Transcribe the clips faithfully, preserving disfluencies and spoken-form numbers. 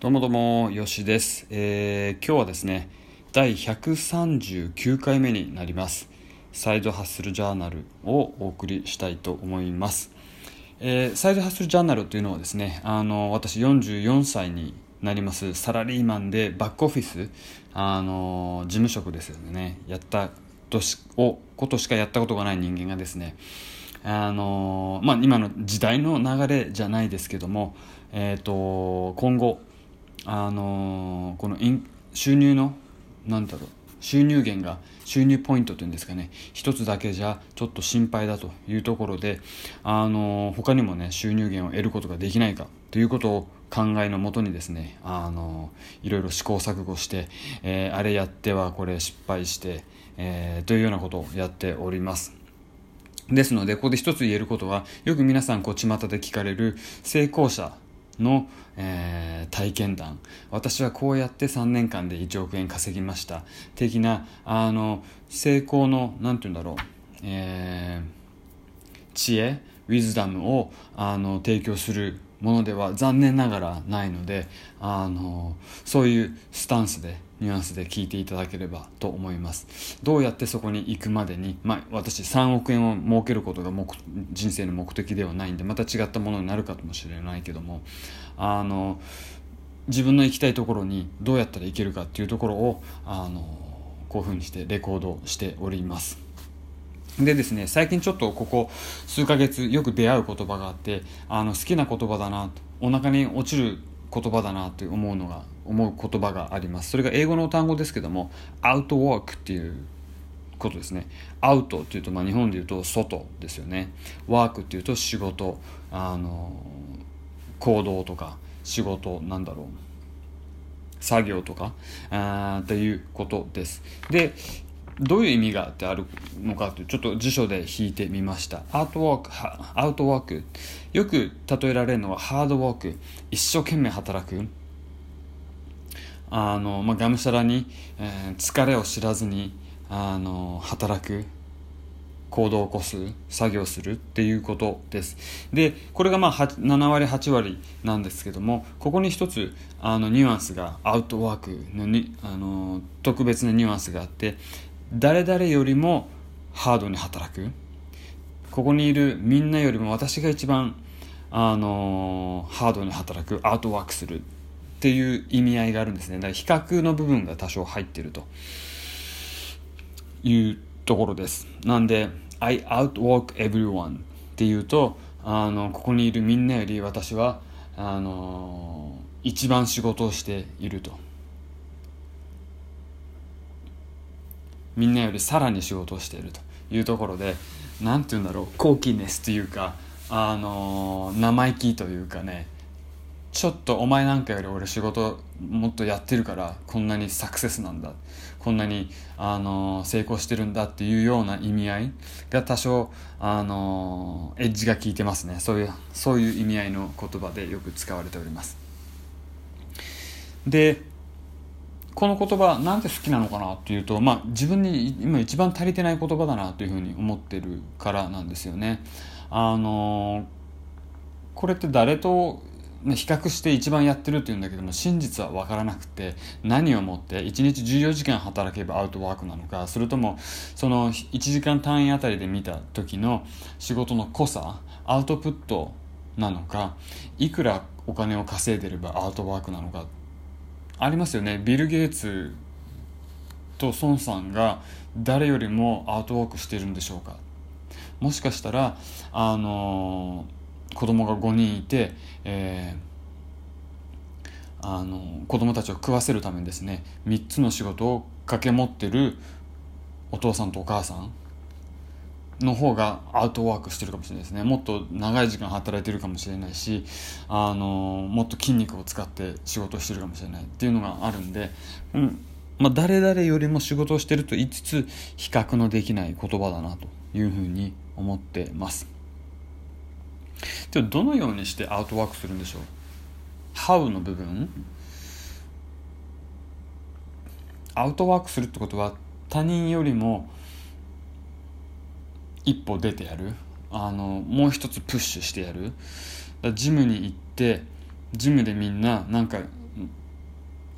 どうもどうも、よしです、えー、今日はですね、だいひゃくさんじゅうきゅうかいめになります。サイドハッスルジャーナルをお送りしたいと思います。えー、サイドハッスルジャーナルというのはですね、あの私よんじゅうよんさいになりますサラリーマンでバックオフィス、あの事務職ですよね、やった年をことしかやったことがない人間がですね、あのまあ、今の時代の流れじゃないですけども、えーと今後あのー、このイン収入のなんだろう収入源が収入ポイントというんですかね、一つだけじゃちょっと心配だというところで、あのー、他にもね収入源を得ることができないかということを考えのもとにですね、あのー、いろいろ試行錯誤して、えー、あれやってはこれ失敗して、えー、というようなことをやっております。ですのでここで一つ言えることは、よく皆さんこう巷で聞かれる成功者の、えー、体験談、私はこうやってさんねんかんでいちおくえん稼ぎました的な、あの成功のなんていうんだろう、えー、知恵ウィズダムをあの提供するものでは残念ながらないので、あのそういうスタンスでニュアンスで聞いていただければと思います。どうやってそこに行くまでに、まあ、私さんおくえんを儲けることが目人生の目的ではないんで、また違ったものになるかもしれないけども、あの自分の行きたいところにどうやったら行けるかっていうところをあのこういうふうにしてレコードしております。でですね、最近ちょっとここ数ヶ月よく出会う言葉があって、あの好きな言葉だなと、お腹に落ちる言葉だなと思うのが思う言葉があります。それが英語の単語ですけども、アウトワークっていうことですね。アウトっていうと、まあ、日本でいうと外ですよね。ワークっていうと仕事、あの行動とか仕事、なんだろう作業とかあっていうことです。で、どういう意味があるのかというちょっと辞書で引いてみました。アウトワーク、アウトワーク、よく例えられるのはハードワーク、一生懸命働く、あの、まあ、がむしゃらに、えー、疲れを知らずにあの働く、行動を起こす、作業するっていうことです。で、これがまあななわりはちわりなんですけども、ここに一つあのニュアンスが、アウトワークのにあの特別なニュアンスがあって、誰々よりもハードに働く、ここにいるみんなよりも私が一番あのハードに働く、アウトワークするっていう意味合いがあるんですね。だから比較の部分が多少入っているというところです。なんで I outwork everyone っていうと、あのここにいるみんなより私はあの一番仕事をしていると、みんなよりさらに仕事をしているというところで、なんていうんだろう、高貴ネスというか、あの生意気というかね、ちょっとお前なんかより俺仕事もっとやってるからこんなにサクセスなんだ、こんなにあの成功してるんだっていうような意味合いが多少あのエッジが効いてますね。そういうそういう意味合いの言葉でよく使われております。で、この言葉なんで好きなのかなっていうと、まあ、自分に今一番足りてない言葉だなというふうに思ってるからなんですよね。あのこれって誰と比較して一番やってるっていうんだけども、真実は分からなくて、何をもっていちにちじゅうよじかん働けばアウトワークなのか、それともそのいちじかん単位あたりで見た時の仕事の濃さ、アウトプットなのか、いくらお金を稼いでればアウトワークなのかありますよね。ビル・ゲイツと孫さんが誰よりもアウトワークしているんでしょうか。もしかしたらあの子供がごにんいて、えー、あの子供たちを食わせるためにですね、みっつの仕事を掛け持ってるお父さんとお母さんの方がアウトワークしてるかもしれないですね。もっと長い時間働いてるかもしれないし、あのもっと筋肉を使って仕事をしてるかもしれないっていうのがあるんで、うんまあ、誰々よりも仕事をしてると言いつつ比較のできない言葉だなというふうに思ってます。ではどのようにしてアウトワークするんでしょう。 How の部分、アウトワークするってことは他人よりも一歩出てやる、あのもう一つプッシュしてやる。だジムに行ってジムでみんななんか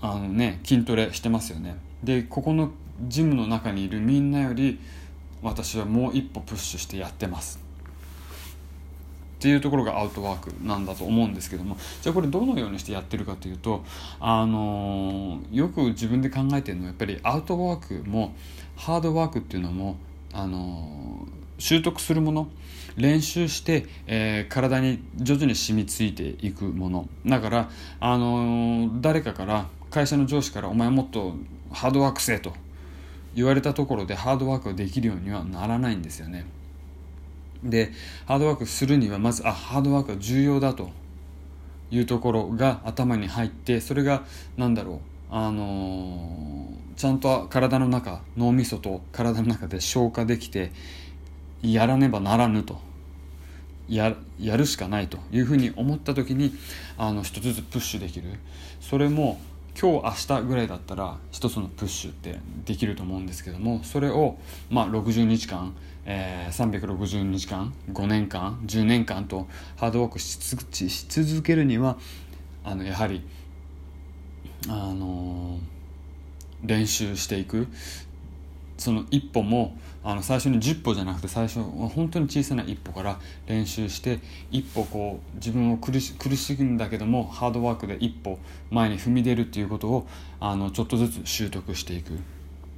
あのね筋トレしてますよね。でここのジムの中にいるみんなより私はもう一歩プッシュしてやってますっていうところがアウトワークなんだと思うんですけども、じゃあこれどのようにしてやってるかというと、あのー、よく自分で考えてるのはやっぱりアウトワークもハードワークっていうのも、あのー、習得するもの、練習して、えー、体に徐々に染みついていくものだから、あのー、誰かから会社の上司からお前もっとハードワークせえと言われたところでハードワークができるようにはならないんですよね。でハードワークするにはまずあハードワークが重要だというところが頭に入って、それがなんだろう、あのー、ちゃんと体の中、脳みそと体の中で消化できて、やらねばならぬと や, やるしかないというふうに思った時に、あの一つずつプッシュできる。それも今日明日ぐらいだったら一つのプッシュってできると思うんですけども、それをまあろくじゅうにちかん、えー、さんびゃくろくじゅうにちかん、ごねんかん、じゅうねんかんとハードワークし続けるには、あのやはり、あのー、練習していく。その一歩もあの最初にじゅっぽじゃなくて、最初は本当に小さな一歩から練習して、一歩こう自分を苦し苦しむんだけどもハードワークで一歩前に踏み出るっていうことをあのちょっとずつ習得していく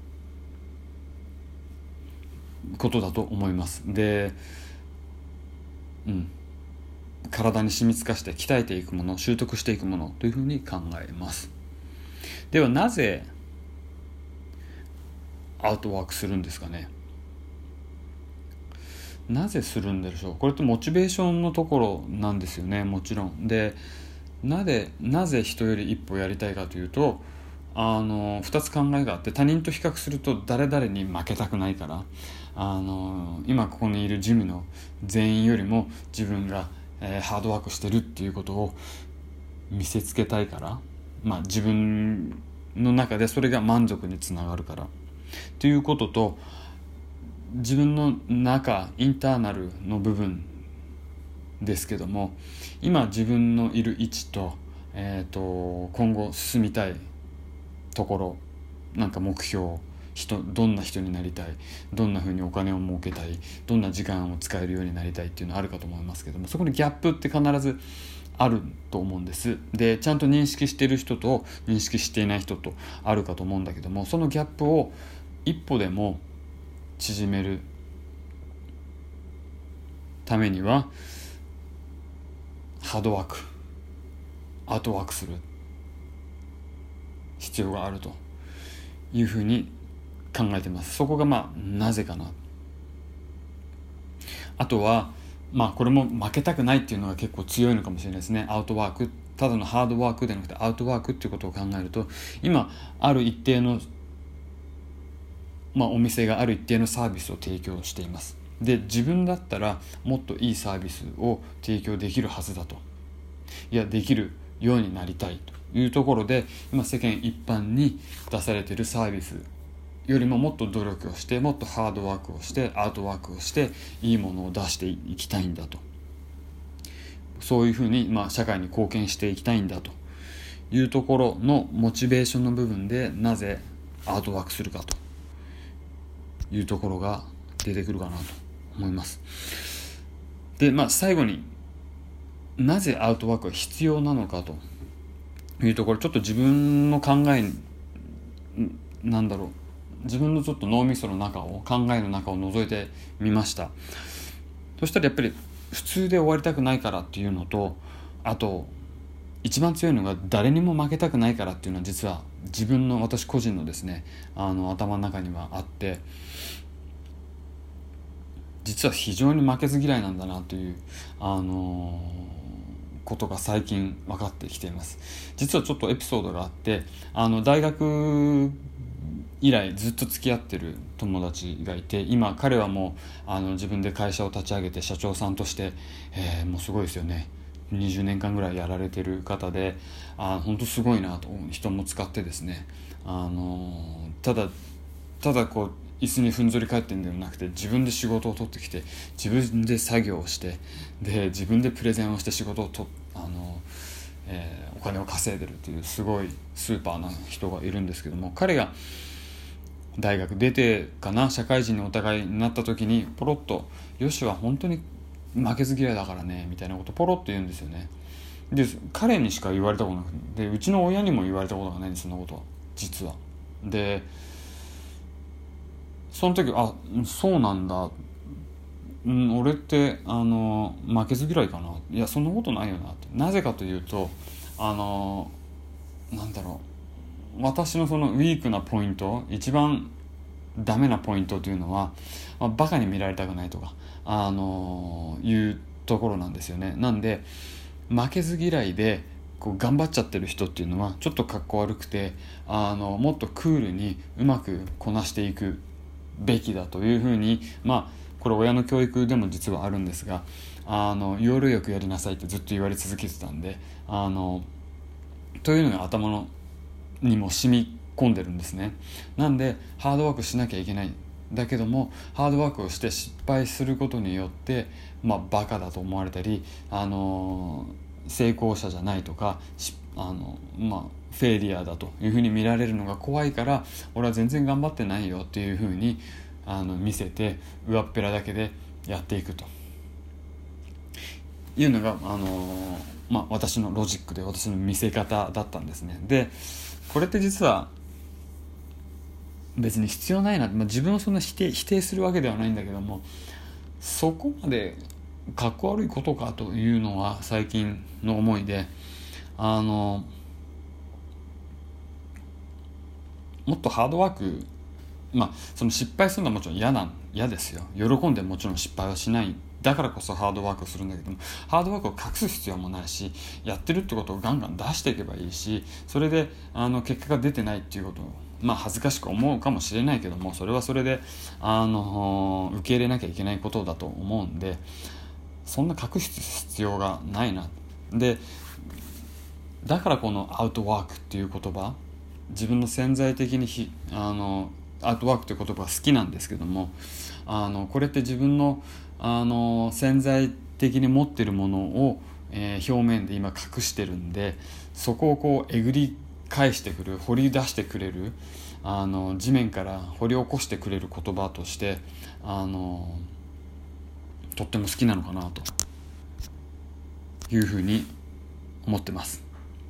ことだと思います。で、うん、体に染み付かして鍛えていくもの、習得していくものというふうに考えます。ではなぜアウトワークするんですかね。なぜするんでしょう。これってモチベーションのところなんですよね、もちろん。でなぜなぜ人より一歩やりたいかというと、あのふたつ考えがあって、他人と比較すると誰々に負けたくないから、あの今ここにいるジムの全員よりも自分が、えー、ハードワークしてるっていうことを見せつけたいから、まあ、自分の中でそれが満足につながるからということと、自分の中インターナルの部分ですけども、今自分のいる位置と、えーと、今後進みたいところ、なんか目標、人どんな人になりたい、どんな風にお金を儲けたい、どんな時間を使えるようになりたいっていうのはあるかと思いますけども、そこにギャップって必ずあると思うんです。でちゃんと認識している人と認識していない人とあるかと思うんだけども、そのギャップを一歩でも縮めるためにはハードワーク、アウトワークする必要があるというふうに考えてます。そこがまあなぜかな。あとはまあこれも負けたくないっていうのが結構強いのかもしれないですね。アウトワーク、ただのハードワークではなくてアウトワークっていうことを考えると、今ある一定のまあお店がある一定のサービスを提供しています。で自分だったらもっといいサービスを提供できるはずだと、いやできるようになりたいというところで、今世間一般に出されているサービスよりももっと努力をして、もっとハードワークをして、アウトワークをしていいものを出していきたいんだと、そういうふうにまあ社会に貢献していきたいんだというところのモチベーションの部分で、なぜアウトワークするかというところが出てくるかなと思います。でまあ最後に、なぜアウトワークが必要なのかというところ、ちょっと自分の考えなんだろう自分のちょっと脳みその中を考えの中を覗いてみました。そしたらやっぱり普通で終わりたくないからっていうのと、あと一番強いのが誰にも負けたくないからっていうのは、実は自分の私個人のですね、あの頭の中にはあって、実は非常に負けず嫌いなんだなという、あのー、ことが最近分かってきています。実はちょっとエピソードがあって、あの大学以来ずっと付き合ってる友達がいて、今彼はもうあの自分で会社を立ち上げて社長さんとして、えー、もうすごいですよね、にじゅうねんかんぐらいやられてる方で、あ本当すごいなと、人も使ってですね、あのただただこう椅子にふんぞり返ってるんではなくて、自分で仕事を取ってきて、自分で作業をして、で自分でプレゼンをして仕事をとあの、えー、お金を稼いでるというすごいスーパーな人がいるんですけども、彼が大学出てかな社会人にお互いになった時にポロッとヨシは本当に負けず嫌いだからねみたいなことポロッと言うんですよね。で彼にしか言われたことなくて、でうちの親にも言われたことがないんです、そんなことは実は。でその時あそうなんだ、うん、俺ってあの負けず嫌いかな、いやそんなことないよなって。なぜかというとあのなんだろう、私のそのウィークなポイント、一番ダメなポイントというのは、まあ、バカに見られたくないとかあのいうところなんですよね。なんで負けず嫌いでこう頑張っちゃってる人っていうのはちょっとかっこ悪くて、あのもっとクールにうまくこなしていくべきだというふうに、まあこれ親の教育でも実はあるんですが、あの要領よくやりなさいってずっと言われ続けてたんで、あのというのが頭のにも染み込んでるんですね。なんでハードワークしなきゃいけない。だけどもハードワークをして失敗することによって、まあ、バカだと思われたり、あのー、成功者じゃないとか、あの、まあ、フェイリアだというふうに見られるのが怖いから、俺は全然頑張ってないよっていうふうにあの見せて上っぺらだけでやっていくというのが、あのーまあ、私のロジックで私の見せ方だったんですね。でこれって実は別に必要ないな、まあ、自分をそんな否定、否定するわけではないんだけども、そこまでかっこ悪いことかというのは最近の思いで、あのもっとハードワーク、まあその失敗するのはもちろん嫌なん嫌ですよ。喜んでもちろん失敗はしない、だからこそハードワークをするんだけども、ハードワークを隠す必要もないし、やってるってことをガンガン出していけばいいし、それであの結果が出てないっていうことをまあ恥ずかしく思うかもしれないけども、それはそれであの受け入れなきゃいけないことだと思うんで、そんな隠す必要がないな。でだからこのアウトワークっていう言葉、自分の潜在的にひあのアウトワークという言葉が好きなんですけども、あのこれって自分のあの潜在的に持っているものを、えー、表面で今隠してるんで、そこをこうえぐり返してくる、掘り出してくれる、あの地面から掘り起こしてくれる言葉として、あのとっても好きなのかなというふうに思ってます。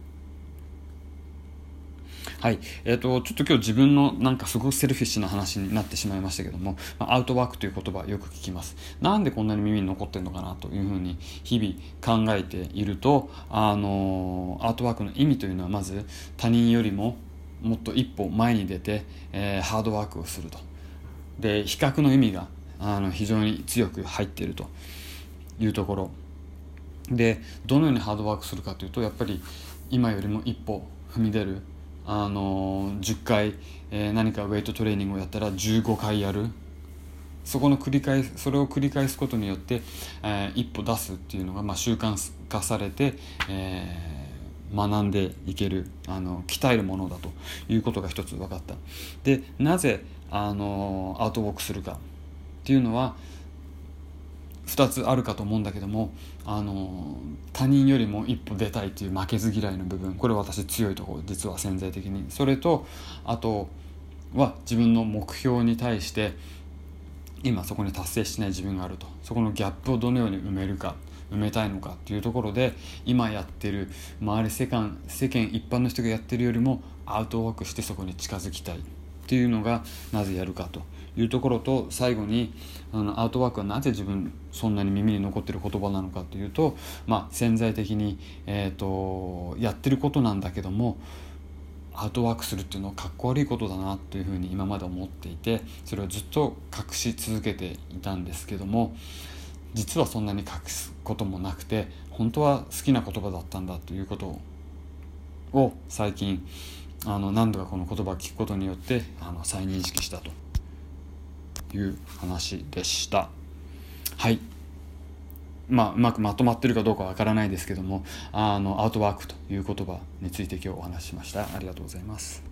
はい、えーと、ちょっと今日自分のなんかすごくセルフィッシュな話になってしまいましたけども、アウトワークという言葉よく聞きます。なんでこんなに耳に残ってるのかなというふうに日々考えていると、あのアウトワークの意味というのはまず他人よりももっと一歩前に出て、えー、ハードワークをすると。で比較の意味があの非常に強く入っているというところで、どのようにハードワークするかというと、やっぱり今よりも一歩踏み出る、あのじゅっかい、えー、何かウェイトトレーニングをやったらじゅうごかいやる、そこの繰り返すそれを繰り返すことによって、えー、一歩出すっていうのが、まあ、習慣化されて、えー、学んでいける、あの鍛えるものだということが一つ分かった。でなぜあのアウトウォークするかっていうのはふたつあるかと思うんだけども、あの他人よりも一歩出たいという負けず嫌いの部分、これは私強いところ、実は潜在的に。それとあとは自分の目標に対して今そこに達成してない自分があると、そこのギャップをどのように埋めるか、埋めたいのかっていうところで、今やってる周り世間世間一般の人がやってるよりもアウトワークしてそこに近づきたいっていうのがなぜやるかというところと、最後にあのアウトワークはなぜ自分そんなに耳に残っている言葉なのかというと、まあ、潜在的に、えーと、やってることなんだけども、アウトワークするっていうのはかっこ悪いことだなというふうに今まで思っていて、それをずっと隠し続けていたんですけども、実はそんなに隠すこともなくて、本当は好きな言葉だったんだということを最近あの何度かこの言葉を聞くことによってあの再認識したという話でした。はい、まあ、うまくまとまっているかどうかわからないですけども、あのアウトワークという言葉について今日お話ししました。ありがとうございます。